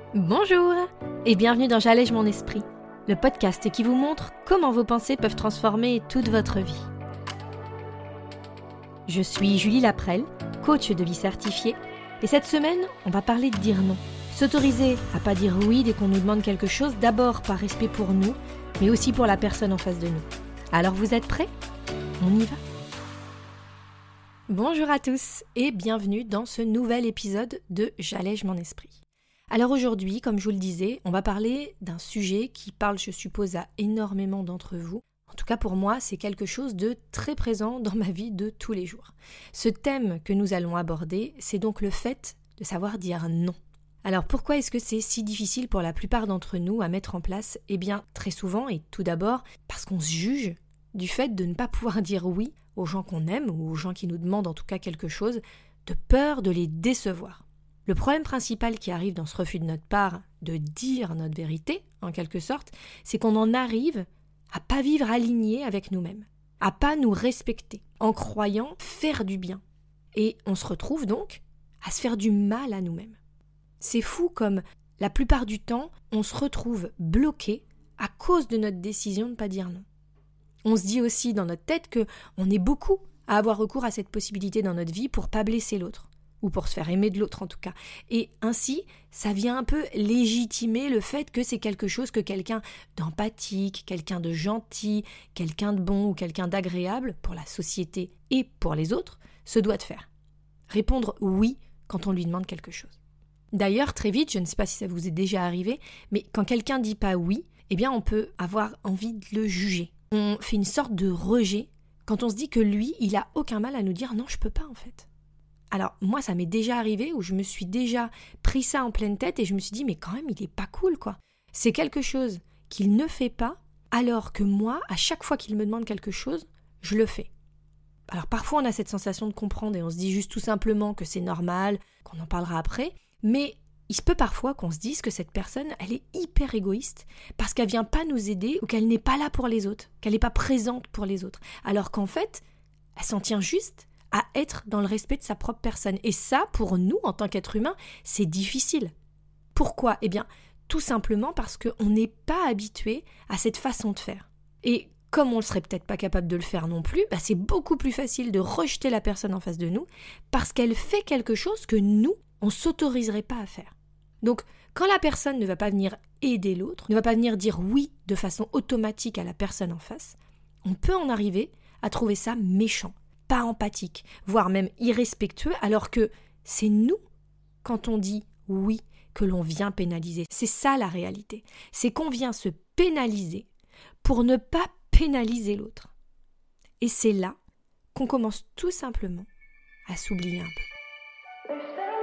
Bonjour et bienvenue dans J'allège mon esprit, le podcast qui vous montre comment vos pensées peuvent transformer toute votre vie. Je suis Julie Laprelle, coach de vie certifiée, et cette semaine, on va parler de dire non. S'autoriser à pas dire oui dès qu'on nous demande quelque chose, d'abord par respect pour nous, mais aussi pour la personne en face de nous. Alors vous êtes prêts ? On y va ? Bonjour à tous et bienvenue dans ce nouvel épisode de J'allège mon esprit. Alors aujourd'hui, comme je vous le disais, on va parler d'un sujet qui parle, je suppose, à énormément d'entre vous. En tout cas pour moi, c'est quelque chose de très présent dans ma vie de tous les jours. Ce thème que nous allons aborder, c'est donc le fait de savoir dire non. Alors pourquoi est-ce que c'est si difficile pour la plupart d'entre nous à mettre en place ? Eh bien très souvent et tout d'abord parce qu'on se juge du fait de ne pas pouvoir dire oui aux gens qu'on aime ou aux gens qui nous demandent en tout cas quelque chose, de peur de les décevoir. Le problème principal qui arrive dans ce refus de notre part de dire notre vérité, en quelque sorte, c'est qu'on en arrive à pas vivre aligné avec nous-mêmes, à pas nous respecter, en croyant faire du bien. Et on se retrouve donc à se faire du mal à nous-mêmes. C'est fou comme, la plupart du temps, on se retrouve bloqué à cause de notre décision de ne pas dire non. On se dit aussi dans notre tête qu'on est beaucoup à avoir recours à cette possibilité dans notre vie pour pas blesser l'autre. Ou pour se faire aimer de l'autre en tout cas. Et ainsi, ça vient un peu légitimer le fait que c'est quelque chose que quelqu'un d'empathique, quelqu'un de gentil, quelqu'un de bon ou quelqu'un d'agréable pour la société et pour les autres se doit de faire. Répondre oui quand on lui demande quelque chose. D'ailleurs, très vite, je ne sais pas si ça vous est déjà arrivé, mais quand quelqu'un dit pas oui, eh bien on peut avoir envie de le juger. On fait une sorte de rejet quand on se dit que lui, il a aucun mal à nous dire non, je peux pas en fait. Alors moi ça m'est déjà arrivé où je me suis déjà pris ça en pleine tête et je me suis dit mais quand même il est pas cool quoi. C'est quelque chose qu'il ne fait pas alors que moi à chaque fois qu'il me demande quelque chose, je le fais. Alors parfois on a cette sensation de comprendre et on se dit juste tout simplement que c'est normal, qu'on en parlera après, mais il se peut parfois qu'on se dise que cette personne elle est hyper égoïste parce qu'elle vient pas nous aider ou qu'elle n'est pas là pour les autres, qu'elle n'est pas présente pour les autres, alors qu'en fait elle s'en tient juste à être dans le respect de sa propre personne. Et ça, pour nous, en tant qu'être humain, c'est difficile. Pourquoi ? Eh bien, tout simplement parce qu'on n'est pas habitué à cette façon de faire. Et comme on ne serait peut-être pas capable de le faire non plus, c'est beaucoup plus facile de rejeter la personne en face de nous parce qu'elle fait quelque chose que nous, on ne s'autoriserait pas à faire. Donc, quand la personne ne va pas venir aider l'autre, ne va pas venir dire oui de façon automatique à la personne en face, on peut en arriver à trouver ça méchant, pas empathique, voire même irrespectueux, alors que c'est nous, quand on dit oui, que l'on vient pénaliser. C'est ça la réalité. C'est qu'on vient se pénaliser pour ne pas pénaliser l'autre. Et c'est là qu'on commence tout simplement à s'oublier un peu.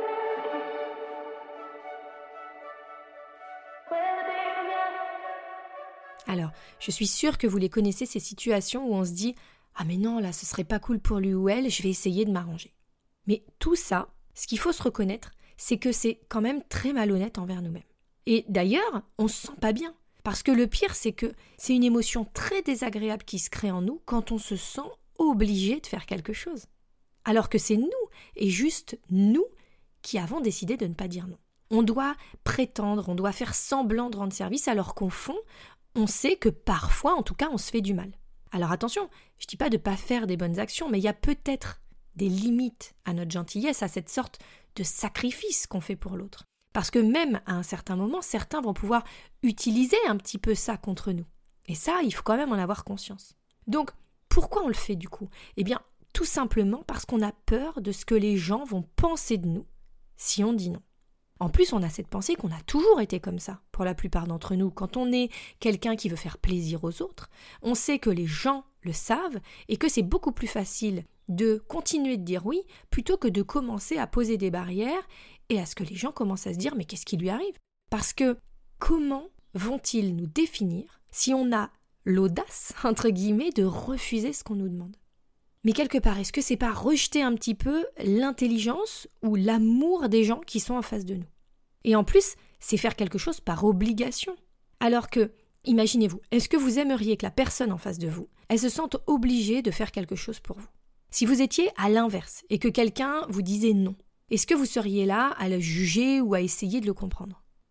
Alors, je suis sûre que vous les connaissez, ces situations où on se dit « Ah mais non, là, ce serait pas cool pour lui ou elle, je vais essayer de m'arranger. » Mais tout ça, ce qu'il faut se reconnaître, c'est que c'est quand même très malhonnête envers nous-mêmes. Et d'ailleurs, on se sent pas bien. Parce que le pire, c'est que c'est une émotion très désagréable qui se crée en nous quand on se sent obligé de faire quelque chose. Alors que c'est nous, et juste nous, qui avons décidé de ne pas dire non. On doit prétendre, on doit faire semblant de rendre service, alors qu'au fond, on sait que parfois, en tout cas, on se fait du mal. Alors attention, je ne dis pas de ne pas faire des bonnes actions, mais il y a peut-être des limites à notre gentillesse, à cette sorte de sacrifice qu'on fait pour l'autre. Parce que même à un certain moment, certains vont pouvoir utiliser un petit peu ça contre nous. Et ça, il faut quand même en avoir conscience. Donc, pourquoi on le fait du coup ? Eh bien, tout simplement parce qu'on a peur de ce que les gens vont penser de nous si on dit non. En plus, on a cette pensée qu'on a toujours été comme ça, pour la plupart d'entre nous. Quand on est quelqu'un qui veut faire plaisir aux autres, on sait que les gens le savent et que c'est beaucoup plus facile de continuer de dire oui plutôt que de commencer à poser des barrières et à ce que les gens commencent à se dire « mais qu'est-ce qui lui arrive ?» Parce que comment vont-ils nous définir si on a l'audace, entre guillemets, de refuser ce qu'on nous demande ? Mais quelque part, est-ce que c'est pas rejeter un petit peu l'intelligence ou l'amour des gens qui sont en face de nous ? Et en plus, c'est faire quelque chose par obligation. Alors que, imaginez-vous, est-ce que vous aimeriez que la personne en face de vous, elle se sente obligée de faire quelque chose pour vous ? Si vous étiez à l'inverse et que quelqu'un vous disait non, est-ce que vous seriez là à le juger ou à essayer de le comprendre ?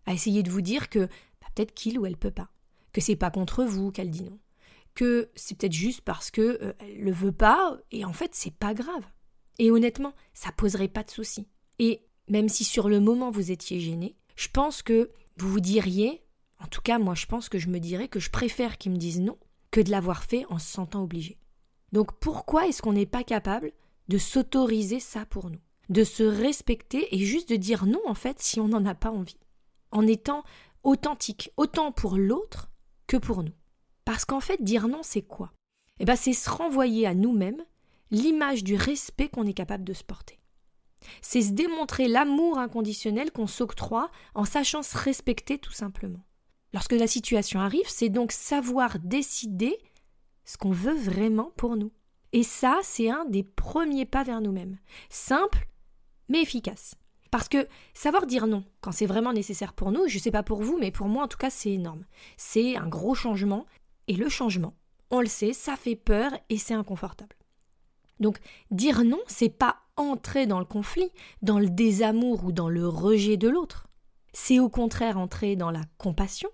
à essayer de vous dire que peut-être qu'il ou elle peut pas, que c'est pas contre vous qu'elle dit non, que c'est peut-être juste parce que elle le veut pas et en fait c'est pas grave. Et honnêtement, ça poserait pas de souci. Et même si sur le moment vous étiez gêné, je pense que vous vous diriez, en tout cas moi je pense que je me dirais que je préfère qu'ils me disent non que de l'avoir fait en se sentant obligé. Donc pourquoi est-ce qu'on n'est pas capable de s'autoriser ça pour nous, de se respecter et juste de dire non en fait si on n'en a pas envie, en étant authentique, autant pour l'autre que pour nous. Parce qu'en fait dire non c'est quoi ? C'est se renvoyer à nous-mêmes l'image du respect qu'on est capable de se porter. C'est se démontrer l'amour inconditionnel qu'on s'octroie en sachant se respecter tout simplement. Lorsque la situation arrive, c'est donc savoir décider ce qu'on veut vraiment pour nous. Et ça, c'est un des premiers pas vers nous-mêmes. Simple, mais efficace. Parce que savoir dire non, quand c'est vraiment nécessaire pour nous, je ne sais pas pour vous, mais pour moi en tout cas c'est énorme. C'est un gros changement, et le changement, on le sait, ça fait peur et c'est inconfortable. Donc dire non, c'est pas entrer dans le conflit, dans le désamour ou dans le rejet de l'autre. C'est au contraire entrer dans la compassion,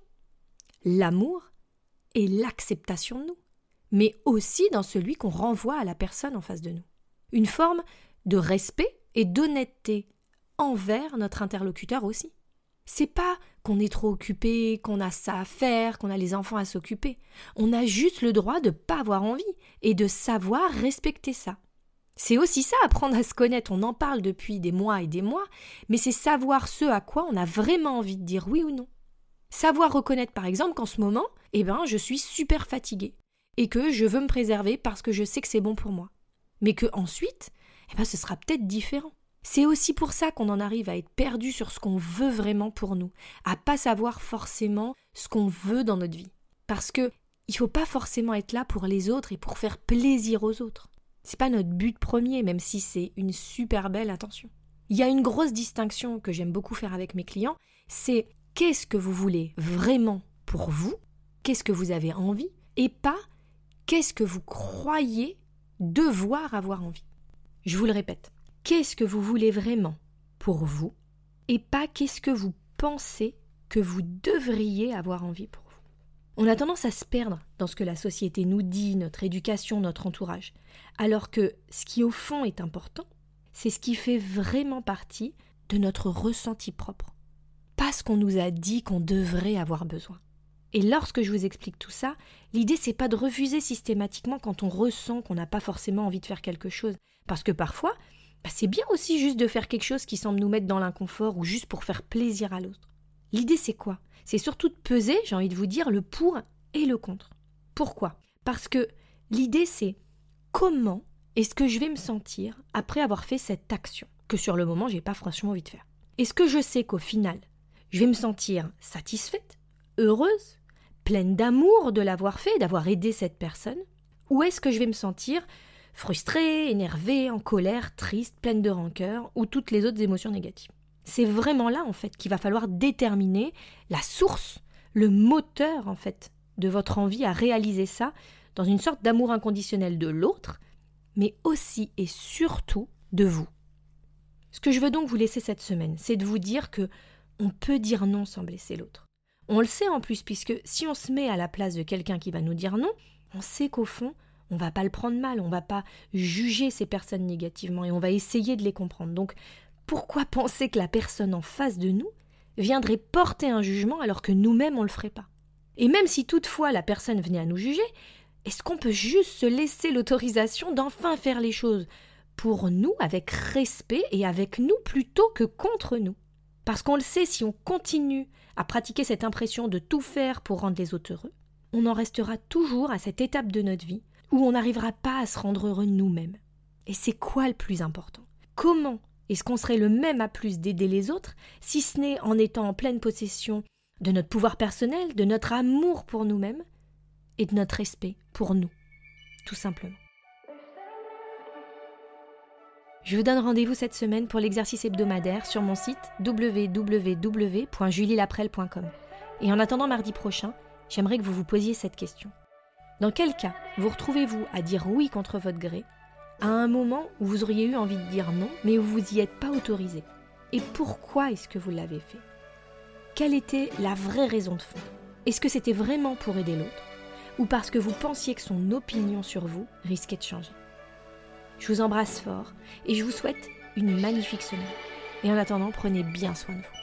l'amour et l'acceptation de nous, mais aussi dans celui qu'on renvoie à la personne en face de nous. Une forme de respect et d'honnêteté envers notre interlocuteur aussi. C'est pas qu'on est trop occupé, qu'on a ça à faire, qu'on a les enfants à s'occuper. On a juste le droit de pas avoir envie et de savoir respecter ça. C'est aussi ça, apprendre à se connaître. On en parle depuis des mois et des mois, mais c'est savoir ce à quoi on a vraiment envie de dire oui ou non. Savoir reconnaître par exemple qu'en ce moment, je suis super fatiguée et que je veux me préserver parce que je sais que c'est bon pour moi. Mais que ensuite, ce sera peut-être différent. C'est aussi pour ça qu'on en arrive à être perdu sur ce qu'on veut vraiment pour nous, à pas savoir forcément ce qu'on veut dans notre vie. Parce que il faut pas forcément être là pour les autres et pour faire plaisir aux autres. C'est pas notre but premier, même si c'est une super belle intention. Il y a une grosse distinction que j'aime beaucoup faire avec mes clients, c'est qu'est-ce que vous voulez vraiment pour vous, qu'est-ce que vous avez envie, et pas qu'est-ce que vous croyez devoir avoir envie. Je vous le répète, qu'est-ce que vous voulez vraiment pour vous, et pas qu'est-ce que vous pensez que vous devriez avoir envie pour vous. On a tendance à se perdre dans ce que la société nous dit, notre éducation, notre entourage, alors que ce qui au fond est important, c'est ce qui fait vraiment partie de notre ressenti propre, pas ce qu'on nous a dit qu'on devrait avoir besoin. Et lorsque je vous explique tout ça, l'idée c'est pas de refuser systématiquement quand on ressent qu'on n'a pas forcément envie de faire quelque chose, parce que parfois, c'est bien aussi juste de faire quelque chose qui semble nous mettre dans l'inconfort ou juste pour faire plaisir à l'autre. L'idée c'est quoi ? C'est surtout de peser, j'ai envie de vous dire, le pour et le contre. Pourquoi ? Parce que l'idée c'est comment est-ce que je vais me sentir après avoir fait cette action que sur le moment j'ai pas franchement envie de faire. Est-ce que je sais qu'au final, je vais me sentir satisfaite, heureuse, pleine d'amour de l'avoir fait, d'avoir aidé cette personne ? Ou est-ce que je vais me sentir frustrée, énervée, en colère, triste, pleine de rancœur ou toutes les autres émotions négatives ? C'est vraiment là, en fait, qu'il va falloir déterminer la source, le moteur, en fait, de votre envie à réaliser ça dans une sorte d'amour inconditionnel de l'autre, mais aussi et surtout de vous. Ce que je veux donc vous laisser cette semaine, c'est de vous dire que on peut dire non sans blesser l'autre. On le sait en plus, puisque si on se met à la place de quelqu'un qui va nous dire non, on sait qu'au fond, on va pas le prendre mal, on va pas juger ces personnes négativement et on va essayer de les comprendre. Donc, pourquoi penser que la personne en face de nous viendrait porter un jugement alors que nous-mêmes on le ferait pas ? Et même si toutefois la personne venait à nous juger, est-ce qu'on peut juste se laisser l'autorisation d'enfin faire les choses pour nous avec respect et avec nous plutôt que contre nous ? Parce qu'on le sait, si on continue à pratiquer cette impression de tout faire pour rendre les autres heureux, on en restera toujours à cette étape de notre vie où on n'arrivera pas à se rendre heureux nous-mêmes. Et c'est quoi le plus important ? Comment est-ce qu'on serait le même à plus d'aider les autres, si ce n'est en étant en pleine possession de notre pouvoir personnel, de notre amour pour nous-mêmes et de notre respect pour nous, tout simplement. Je vous donne rendez-vous cette semaine pour l'exercice hebdomadaire sur mon site www.julielaprelle.com. Et en attendant mardi prochain, j'aimerais que vous vous posiez cette question. Dans quel cas vous retrouvez-vous à dire oui contre votre gré à un moment où vous auriez eu envie de dire non, mais où vous n'y êtes pas autorisé ? Et pourquoi est-ce que vous l'avez fait ? Quelle était la vraie raison de fond? Est-ce que c'était vraiment pour aider l'autre? Ou parce que vous pensiez que son opinion sur vous risquait de changer? Je vous embrasse fort et je vous souhaite une magnifique semaine. Et en attendant, prenez bien soin de vous.